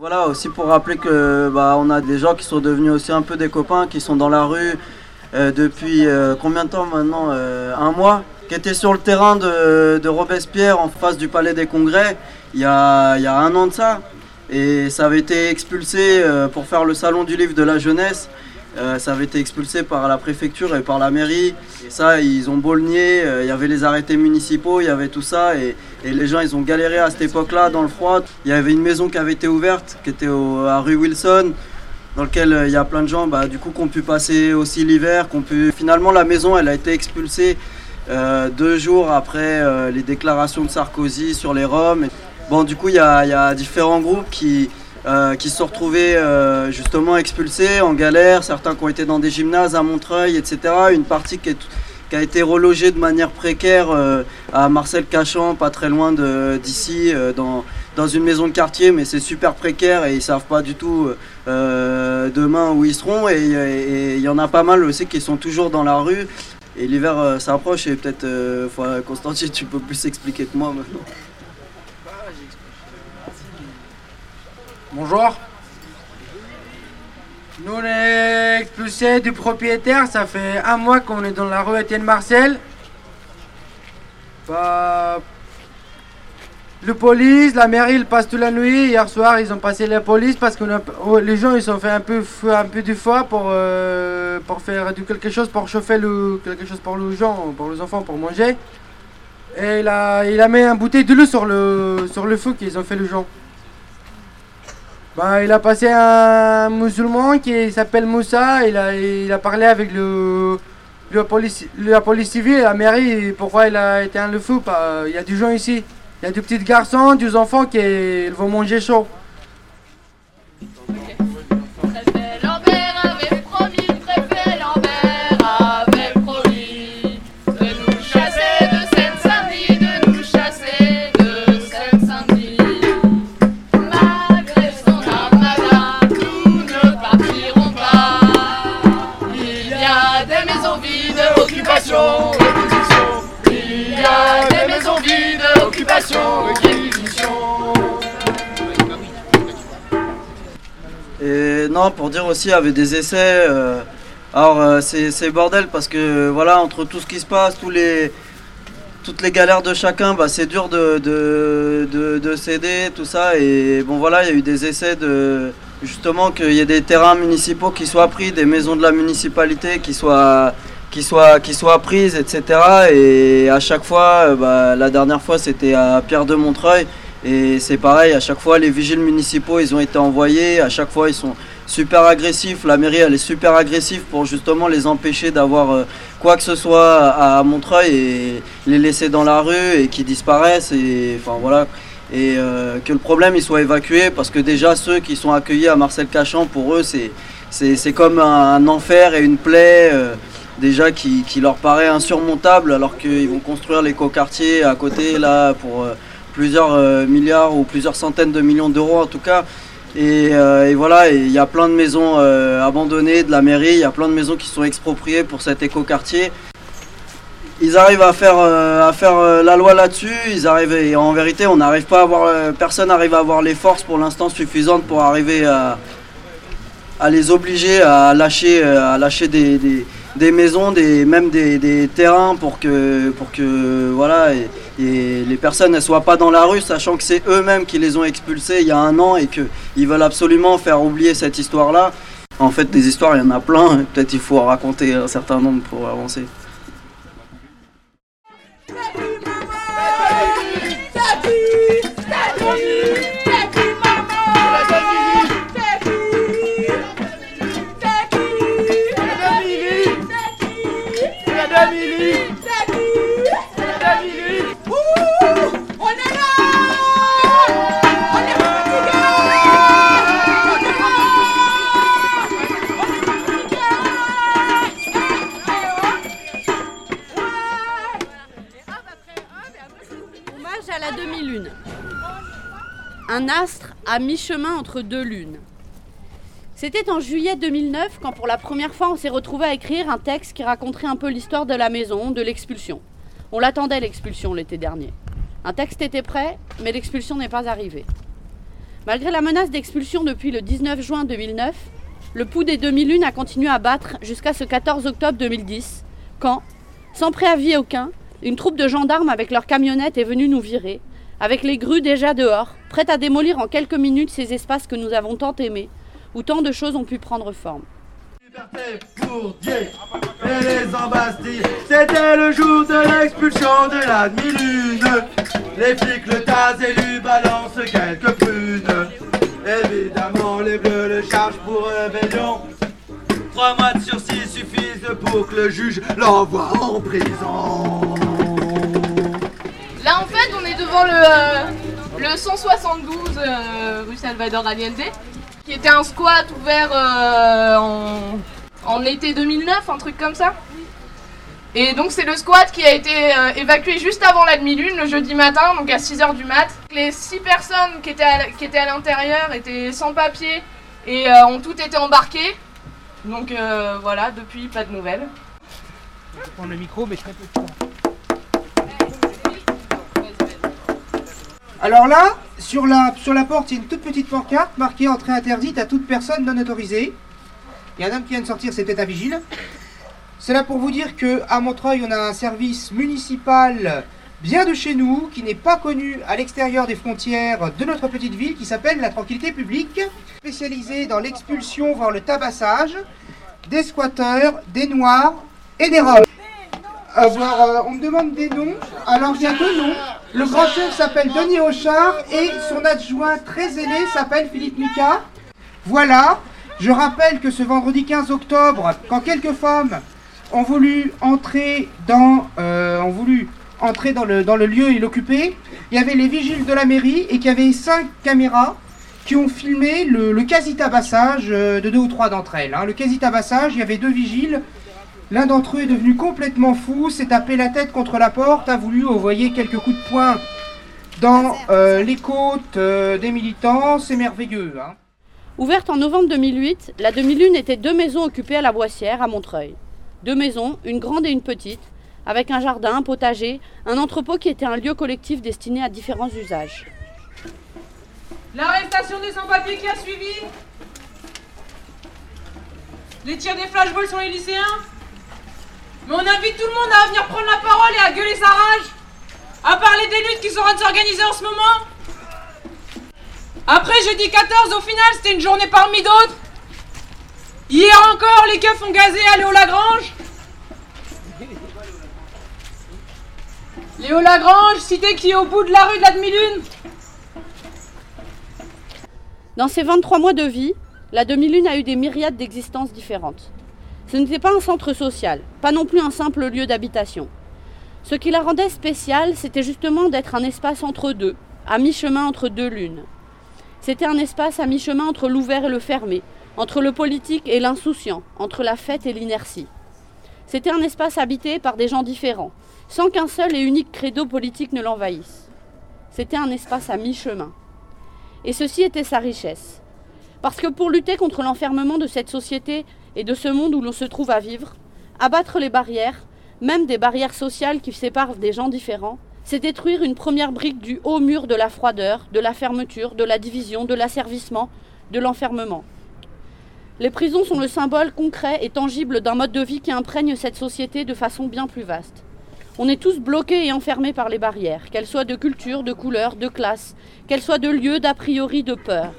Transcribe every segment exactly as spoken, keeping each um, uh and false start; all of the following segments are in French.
Voilà, aussi pour rappeler que bah, on a des gens qui sont devenus aussi un peu des copains, qui sont dans la rue euh, depuis euh, combien de temps maintenant euh, Un mois, qui étaient sur le terrain de, de Robespierre en face du Palais des Congrès il y a, il y a un an de ça. Et ça avait été expulsé euh, pour faire le salon du livre de la jeunesse. Euh, ça avait été expulsé par la préfecture et par la mairie. Et ça, ils ont beau le nier. Euh, il y avait les arrêtés municipaux, il y avait tout ça. Et, et les gens, ils ont galéré à cette époque-là, dans le froid. Il y avait une maison qui avait été ouverte, qui était au, à rue Wilson, dans laquelle euh, il y a plein de gens bah, du coup, qui ont pu passer aussi l'hiver. Qui ont pu... Finalement, la maison, elle a été expulsée euh, deux jours après euh, les déclarations de Sarkozy sur les Roms. Bon, du coup, il y a, y a différents groupes qui, euh, qui se sont retrouvés euh, justement expulsés, en galère. Certains qui ont été dans des gymnases à Montreuil, et cetera. Une partie qui, est, qui a été relogée de manière précaire euh, à Marcel-Cachan, pas très loin de, d'ici, euh, dans, dans une maison de quartier. Mais c'est super précaire et ils ne savent pas du tout euh, demain où ils seront. Et il y en a pas mal aussi qui sont toujours dans la rue. Et l'hiver euh, s'approche et peut-être, euh, Constantin, tu peux plus expliquer que moi maintenant. Bonjour. Nous on est expulsés du propriétaire, ça fait un mois qu'on est dans la rue Étienne Marcel. Bah, le police, la mairie, ils passent toute la nuit. Hier soir, ils ont passé la police parce que les gens ils ont fait un peu, un peu du foie pour, euh, pour faire du quelque chose pour chauffer le quelque chose pour les gens, pour les enfants, pour manger. Et il a, il a mis un bouteille de l'eau sur le sur le feu qu'ils ont fait les gens. Bah, il a passé un musulman qui s'appelle Moussa, il a, il a parlé avec le, le police, la police civile, la mairie, pourquoi il a éteint le feu. Bah, il y a des gens ici, il y a des petits garçons, des enfants qui ils vont manger chaud. Il y a des maisons vides, occupation, réquisition. Et non, pour dire aussi, il y avait des essais. Euh, alors, euh, c'est, c'est bordel parce que voilà, entre tout ce qui se passe, tous les, toutes les galères de chacun, bah, c'est dur de, de, de, de céder, tout ça. Et bon, voilà, il y a eu des essais de justement qu'il y ait des terrains municipaux qui soient pris, des maisons de la municipalité qui soient. qui soient qui soient prises, et cetera. Et à chaque fois, bah, la dernière fois c'était à Pierre-de-Montreuil et c'est pareil, à chaque fois les vigiles municipaux ils ont été envoyés, à chaque fois ils sont super agressifs, la mairie elle est super agressive pour justement les empêcher d'avoir euh, quoi que ce soit à, à Montreuil et les laisser dans la rue et qu'ils disparaissent et enfin voilà. Et euh, que le problème il soit évacué parce que déjà ceux qui sont accueillis à Marcel-Cachan pour eux c'est, c'est, c'est comme un, un enfer et une plaie euh, déjà qui, qui leur paraît insurmontable alors qu'ils vont construire l'écoquartier à côté là pour euh, plusieurs euh, milliards ou plusieurs centaines de millions d'euros en tout cas. Et, euh, et voilà, il y a plein de maisons euh, abandonnées de la mairie, il y a plein de maisons qui sont expropriées pour cet écoquartier. Ils arrivent à faire, euh, à faire euh, la loi là-dessus, ils arrivent, et en vérité on n'arrive pas à avoir, euh, personne n'arrive à avoir les forces pour l'instant suffisantes pour arriver à, à les obliger à lâcher, à lâcher des, des, des maisons, des, même des, des terrains pour que, pour que voilà, et, et les personnes ne soient pas dans la rue, sachant que c'est eux-mêmes qui les ont expulsés il y a un an et qu'ils veulent absolument faire oublier cette histoire-là. En fait, des histoires, il y en a plein, peut-être il faut en raconter un certain nombre pour avancer. À la demi-lune. Un astre à mi-chemin entre deux lunes. C'était en juillet deux mille neuf quand pour la première fois on s'est retrouvé à écrire un texte qui raconterait un peu l'histoire de la maison, de l'expulsion. On l'attendait l'expulsion l'été dernier. Un texte était prêt, mais l'expulsion n'est pas arrivée. Malgré la menace d'expulsion depuis le dix-neuf juin deux mille neuf, le pouls des demi-lunes a continué à battre jusqu'à ce quatorze octobre deux mille dix, quand, sans préavis aucun, une troupe de gendarmes avec leur camionnette est venue nous virer, avec les grues déjà dehors, prêtes à démolir en quelques minutes ces espaces que nous avons tant aimés, où tant de choses ont pu prendre forme. Liberté pour Dieu et les embastilles. C'était le jour de l'expulsion de la demi-lune. Les flics le tasent et lui balancent quelques prunes. Évidemment les bleus le chargent pour rébellion. Trois mois de sursis suffisent pour que le juge l'envoie en prison. Là en fait on est devant le, euh, le cent soixante-douze euh, rue Salvador Allende, qui était un squat ouvert euh, en, en été deux mille neuf, un truc comme ça. Et donc c'est le squat qui a été euh, évacué juste avant la demi-lune, le jeudi matin, donc à six heures du mat. Les six personnes qui étaient à, qui étaient à l'intérieur étaient sans papier et euh, ont toutes été embarquées. Donc euh, voilà, depuis pas de nouvelles. Je vais prendre le micro, mais très peu de temps. Alors là, sur la, sur la porte, il y a une toute petite pancarte marquée « Entrée interdite à toute personne non autorisée ». Il y a un homme qui vient de sortir, c'est peut-être un vigile. C'est là pour vous dire qu'à Montreuil, on a un service municipal bien de chez nous, qui n'est pas connu à l'extérieur des frontières de notre petite ville, qui s'appelle la Tranquillité Publique, spécialisé dans l'expulsion, voire le tabassage, des squatteurs, des noirs et des roms. Euh, voir, euh, on me demande des noms, alors il y a deux noms. Le grand chef s'appelle Denis Auchard et son adjoint très ailé s'appelle Philippe Mika. Voilà, je rappelle que ce vendredi quinze octobre, quand quelques femmes ont voulu entrer dans, euh, ont voulu entrer dans, le, dans le lieu et l'occuper, il y avait les vigiles de la mairie et qu'il y avait cinq caméras qui ont filmé le, le quasi-tabassage de deux ou trois d'entre elles. Hein. Le quasi-tabassage, il y avait deux vigiles. L'un d'entre eux est devenu complètement fou, s'est tapé la tête contre la porte, a voulu envoyer quelques coups de poing dans euh, les côtes euh, des militants, c'est merveilleux. Hein. Ouverte en novembre deux mille huit, la demi-lune était deux maisons occupées à la Boissière, à Montreuil. Deux maisons, une grande et une petite, avec un jardin, un potager, un entrepôt qui était un lieu collectif destiné à différents usages. L'arrestation des sans-papiers qui a suivi, les tirs des flashballs sur les lycéens. Mais on invite tout le monde à venir prendre la parole et à gueuler sa rage, à parler des luttes qui sont en train de s'organiser en ce moment. Après jeudi quatorze, au final, c'était une journée parmi d'autres. Hier encore, les keufs ont gazé à Léo Lagrange. Léo Lagrange, cité qui est au bout de la rue de la demi-lune. Dans ses vingt-trois mois de vie, la demi-lune a eu des myriades d'existences différentes. Ce n'était pas un centre social, pas non plus un simple lieu d'habitation. Ce qui la rendait spéciale, c'était justement d'être un espace entre deux, à mi-chemin entre deux lunes. C'était un espace à mi-chemin entre l'ouvert et le fermé, entre le politique et l'insouciant, entre la fête et l'inertie. C'était un espace habité par des gens différents, sans qu'un seul et unique credo politique ne l'envahisse. C'était un espace à mi-chemin. Et ceci était sa richesse. Parce que pour lutter contre l'enfermement de cette société et de ce monde où l'on se trouve à vivre, abattre les barrières, même des barrières sociales qui séparent des gens différents, c'est détruire une première brique du haut mur de la froideur, de la fermeture, de la division, de l'asservissement, de l'enfermement. Les prisons sont le symbole concret et tangible d'un mode de vie qui imprègne cette société de façon bien plus vaste. On est tous bloqués et enfermés par les barrières, qu'elles soient de culture, de couleur, de classe, qu'elles soient de lieu, d'a priori, de peur.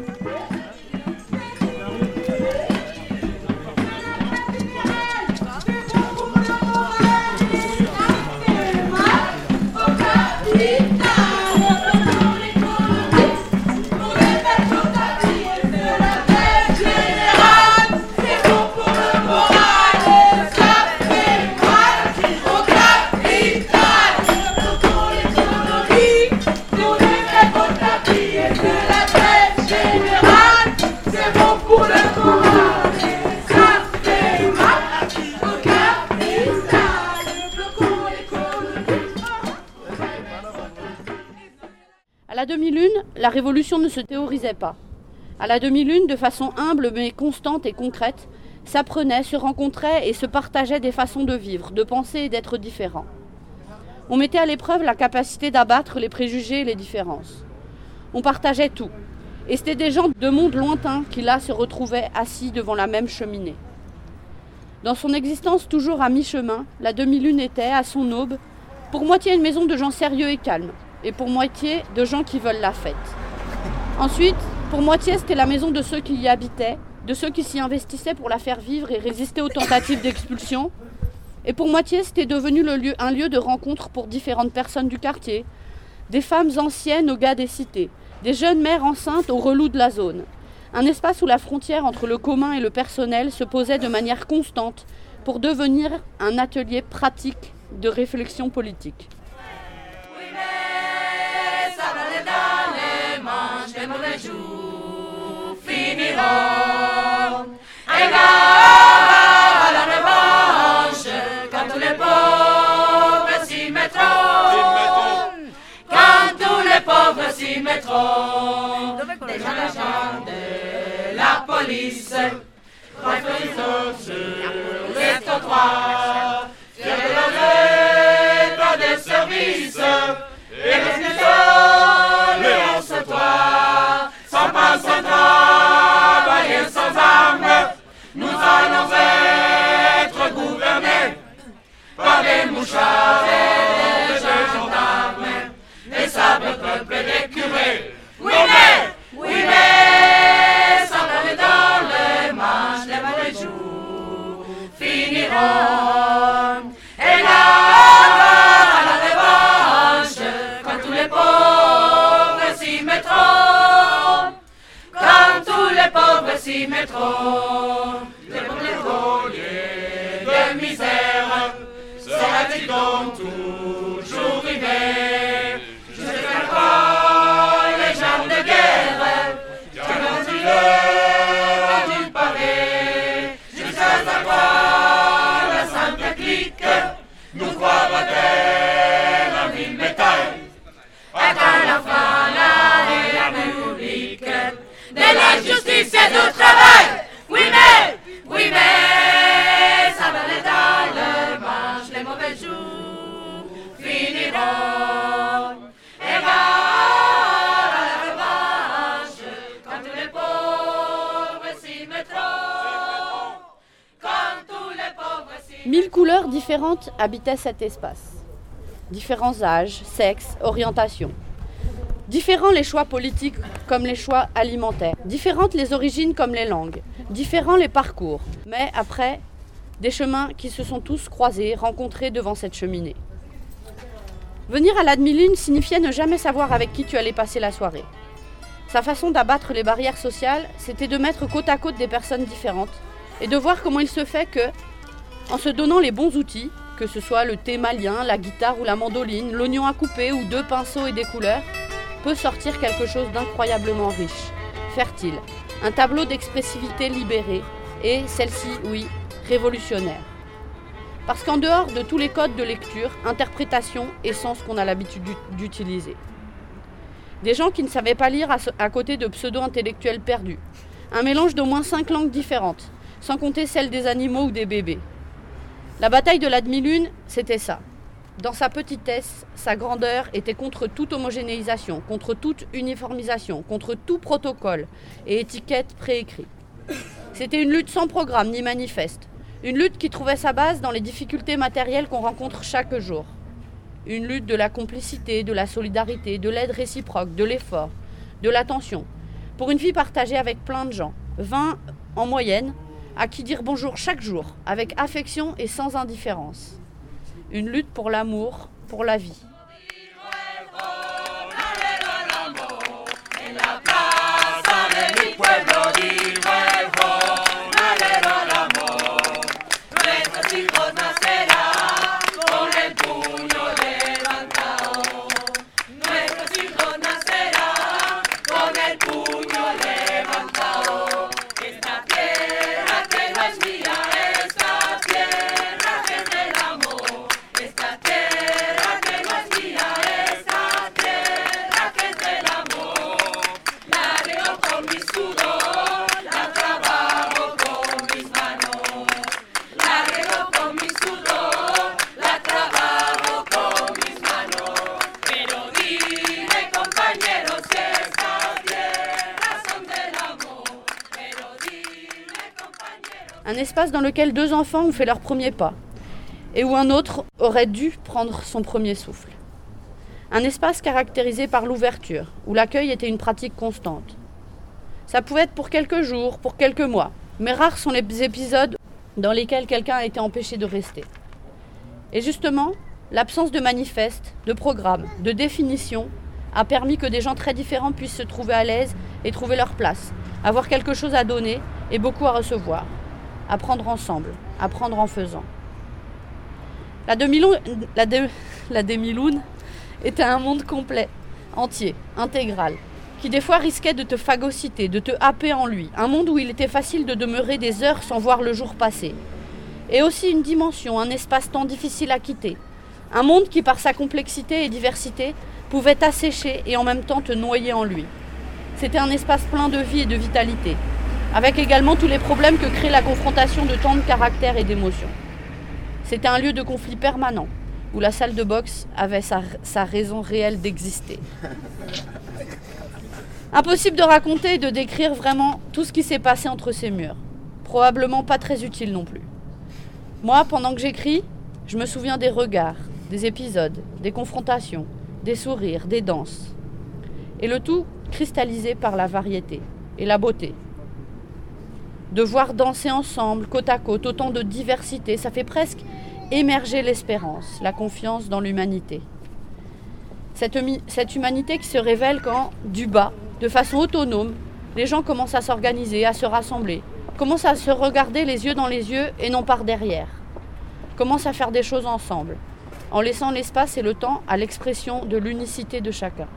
À la demi-lune, la révolution ne se théorisait pas. À la demi-lune, de façon humble mais constante et concrète, s'apprenait, se rencontrait et se partageait des façons de vivre, de penser et d'être différents. On mettait à l'épreuve la capacité d'abattre les préjugés et les différences. On partageait tout. Et c'était des gens de mondes lointains qui là se retrouvaient assis devant la même cheminée. Dans son existence toujours à mi-chemin, la demi-lune était, à son aube, pour moitié une maison de gens sérieux et calmes, et pour moitié de gens qui veulent la fête. Ensuite, pour moitié, c'était la maison de ceux qui y habitaient, de ceux qui s'y investissaient pour la faire vivre et résister aux tentatives d'expulsion. Et pour moitié, c'était devenu le lieu, un lieu de rencontre pour différentes personnes du quartier, des femmes anciennes aux gars des cités, des jeunes mères enceintes aux relous de la zone. Un espace où la frontière entre le commun et le personnel se posait de manière constante pour devenir un atelier pratique de réflexion politique. Oui, mais ça va les dans les manches, les mauvais jours finiront. Et à la revanche, quand tous les pauvres s'y mettront, quand tous les pauvres s'y mettront, déjà les gens de la police réfléchissent sur les trottoirs, fiers de leur état de service, et les isolés en ce toit, sans pain, sans travail et sans armes, nous allons être gouvernés par des mouchards et des gendarmes, des sabres peuplés des curés. Oui mais, oui mais, ça va aller dans les manches, les mauvais jours finiront. Et là, à la revanche, quand tous les pauvres s'y mettront, quand tous les pauvres s'y mettront, les pauvres colliers de misère, sera-t-il donc toujours rivé, jusqu'à quoi les gens de guerre, qu'avant-ils du pavé, jusqu'à quoi la simple clique nous croira-t-elle un vil bétail, à quand la fin la République de la justice et du travail. Oui mais, oui mais, ça va aller dans le manche, les mauvais jours finiront. Et va à la revanche, quand tous les pauvres s'y mettront, quand tous les pauvres s'y mettront. Mille couleurs différentes habitaient cet espace. Différents âges, sexes, orientations. Différents les choix politiques comme les choix alimentaires. Différentes les origines comme les langues. Différents les parcours. Mais après, des chemins qui se sont tous croisés, rencontrés devant cette cheminée. Venir à la demi-lune signifiait ne jamais savoir avec qui tu allais passer la soirée. Sa façon d'abattre les barrières sociales, c'était de mettre côte à côte des personnes différentes et de voir comment il se fait que, en se donnant les bons outils, que ce soit le thé malien, la guitare ou la mandoline, l'oignon à couper ou deux pinceaux et des couleurs, peut sortir quelque chose d'incroyablement riche, fertile, un tableau d'expressivité libérée et, celle-ci, oui, révolutionnaire. Parce qu'en dehors de tous les codes de lecture, interprétation et sens qu'on a l'habitude d'utiliser. Des gens qui ne savaient pas lire à côté de pseudo-intellectuels perdus. Un mélange d'au moins cinq langues différentes, sans compter celles des animaux ou des bébés. La bataille de la demi-lune, c'était ça. Dans sa petitesse, sa grandeur était contre toute homogénéisation, contre toute uniformisation, contre tout protocole et étiquette préécrit. C'était une lutte sans programme ni manifeste. Une lutte qui trouvait sa base dans les difficultés matérielles qu'on rencontre chaque jour. Une lutte de la complicité, de la solidarité, de l'aide réciproque, de l'effort, de l'attention. Pour une vie partagée avec plein de gens, vingt en moyenne, à qui dire bonjour chaque jour, avec affection et sans indifférence. Une lutte pour l'amour, pour la vie. Un espace dans lequel deux enfants ont fait leur premier pas et où un autre aurait dû prendre son premier souffle. Un espace caractérisé par l'ouverture, où l'accueil était une pratique constante. Ça pouvait être pour quelques jours, pour quelques mois, mais rares sont les épisodes dans lesquels quelqu'un a été empêché de rester. Et justement, l'absence de manifeste, de programme, de définition a permis que des gens très différents puissent se trouver à l'aise et trouver leur place, avoir quelque chose à donner et beaucoup à recevoir. Apprendre ensemble, apprendre en faisant. La demi-lune, la, de, la demi-lune était un monde complet, entier, intégral, qui des fois risquait de te phagocyter, de te happer en lui. Un monde où il était facile de demeurer des heures sans voir le jour passer. Et aussi une dimension, un espace-temps difficile à quitter. Un monde qui, par sa complexité et diversité, pouvait t'assécher et en même temps te noyer en lui. C'était un espace plein de vie et de vitalité, avec également tous les problèmes que crée la confrontation de tant de caractères et d'émotions. C'était un lieu de conflit permanent, où la salle de boxe avait sa, sa raison réelle d'exister. Impossible de raconter et de décrire vraiment tout ce qui s'est passé entre ces murs. Probablement pas très utile non plus. Moi, pendant que j'écris, je me souviens des regards, des épisodes, des confrontations, des sourires, des danses. Et le tout cristallisé par la variété et la beauté. De voir danser ensemble, côte à côte, autant de diversité, ça fait presque émerger l'espérance, la confiance dans l'humanité. Cette, cette humanité qui se révèle quand, du bas, de façon autonome, les gens commencent à s'organiser, à se rassembler, commencent à se regarder les yeux dans les yeux et non par derrière, commencent à faire des choses ensemble, en laissant l'espace et le temps à l'expression de l'unicité de chacun.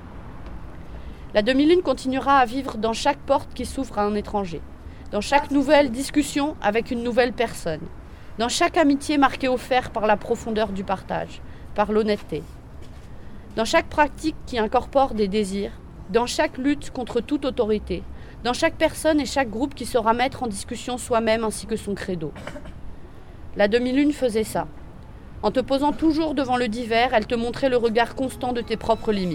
La demi-lune continuera à vivre dans chaque porte qui s'ouvre à un étranger, dans chaque nouvelle discussion avec une nouvelle personne, dans chaque amitié marquée au fer par la profondeur du partage, par l'honnêteté, dans chaque pratique qui incorpore des désirs, dans chaque lutte contre toute autorité, dans chaque personne et chaque groupe qui saura mettre en discussion soi-même ainsi que son credo. La demi-lune faisait ça. En te posant toujours devant le divers, elle te montrait le regard constant de tes propres limites.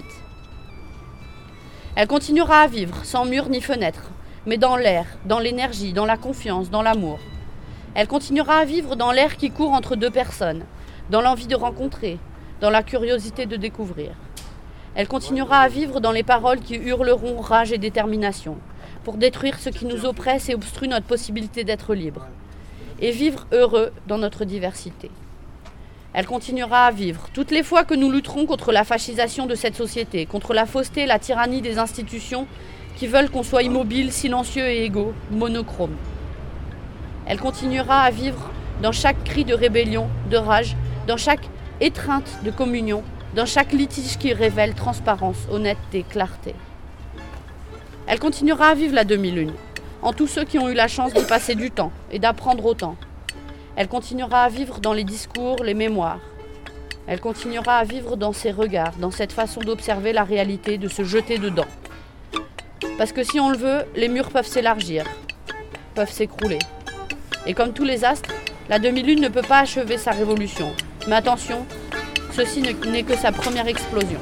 Elle continuera à vivre, sans mur ni fenêtre, mais dans l'air, dans l'énergie, dans la confiance, dans l'amour. Elle continuera à vivre dans l'air qui court entre deux personnes, dans l'envie de rencontrer, dans la curiosité de découvrir. Elle continuera à vivre dans les paroles qui hurleront rage et détermination, pour détruire ce qui nous oppresse et obstrue notre possibilité d'être libre, et vivre heureux dans notre diversité. Elle continuera à vivre toutes les fois que nous lutterons contre la fascisation de cette société, contre la fausseté et la tyrannie des institutions qui veulent qu'on soit immobile, silencieux et égaux, monochrome. Elle continuera à vivre dans chaque cri de rébellion, de rage, dans chaque étreinte de communion, dans chaque litige qui révèle transparence, honnêteté, clarté. Elle continuera à vivre la demi-lune, en tous ceux qui ont eu la chance d'y passer du temps et d'apprendre autant. Elle continuera à vivre dans les discours, les mémoires. Elle continuera à vivre dans ses regards, dans cette façon d'observer la réalité, de se jeter dedans. Parce que si on le veut, les murs peuvent s'élargir, peuvent s'écrouler. Et comme tous les astres, la demi-lune ne peut pas achever sa révolution. Mais attention, ceci n'est que sa première explosion.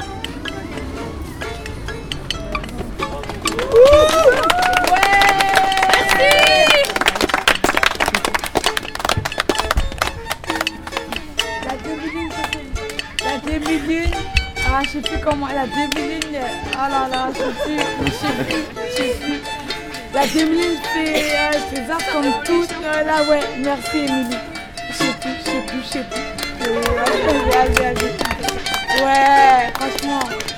Demi-lune, ah je sais plus comment, la demi-lune, oh là là, je sais plus, je sais plus, je sais plus. La demi-lune c'est euh, c'est ça comme tout, euh, là ouais, merci Émilie. Je sais plus, je sais plus, je sais plus. Euh, allez, allez, allez. Ouais, franchement.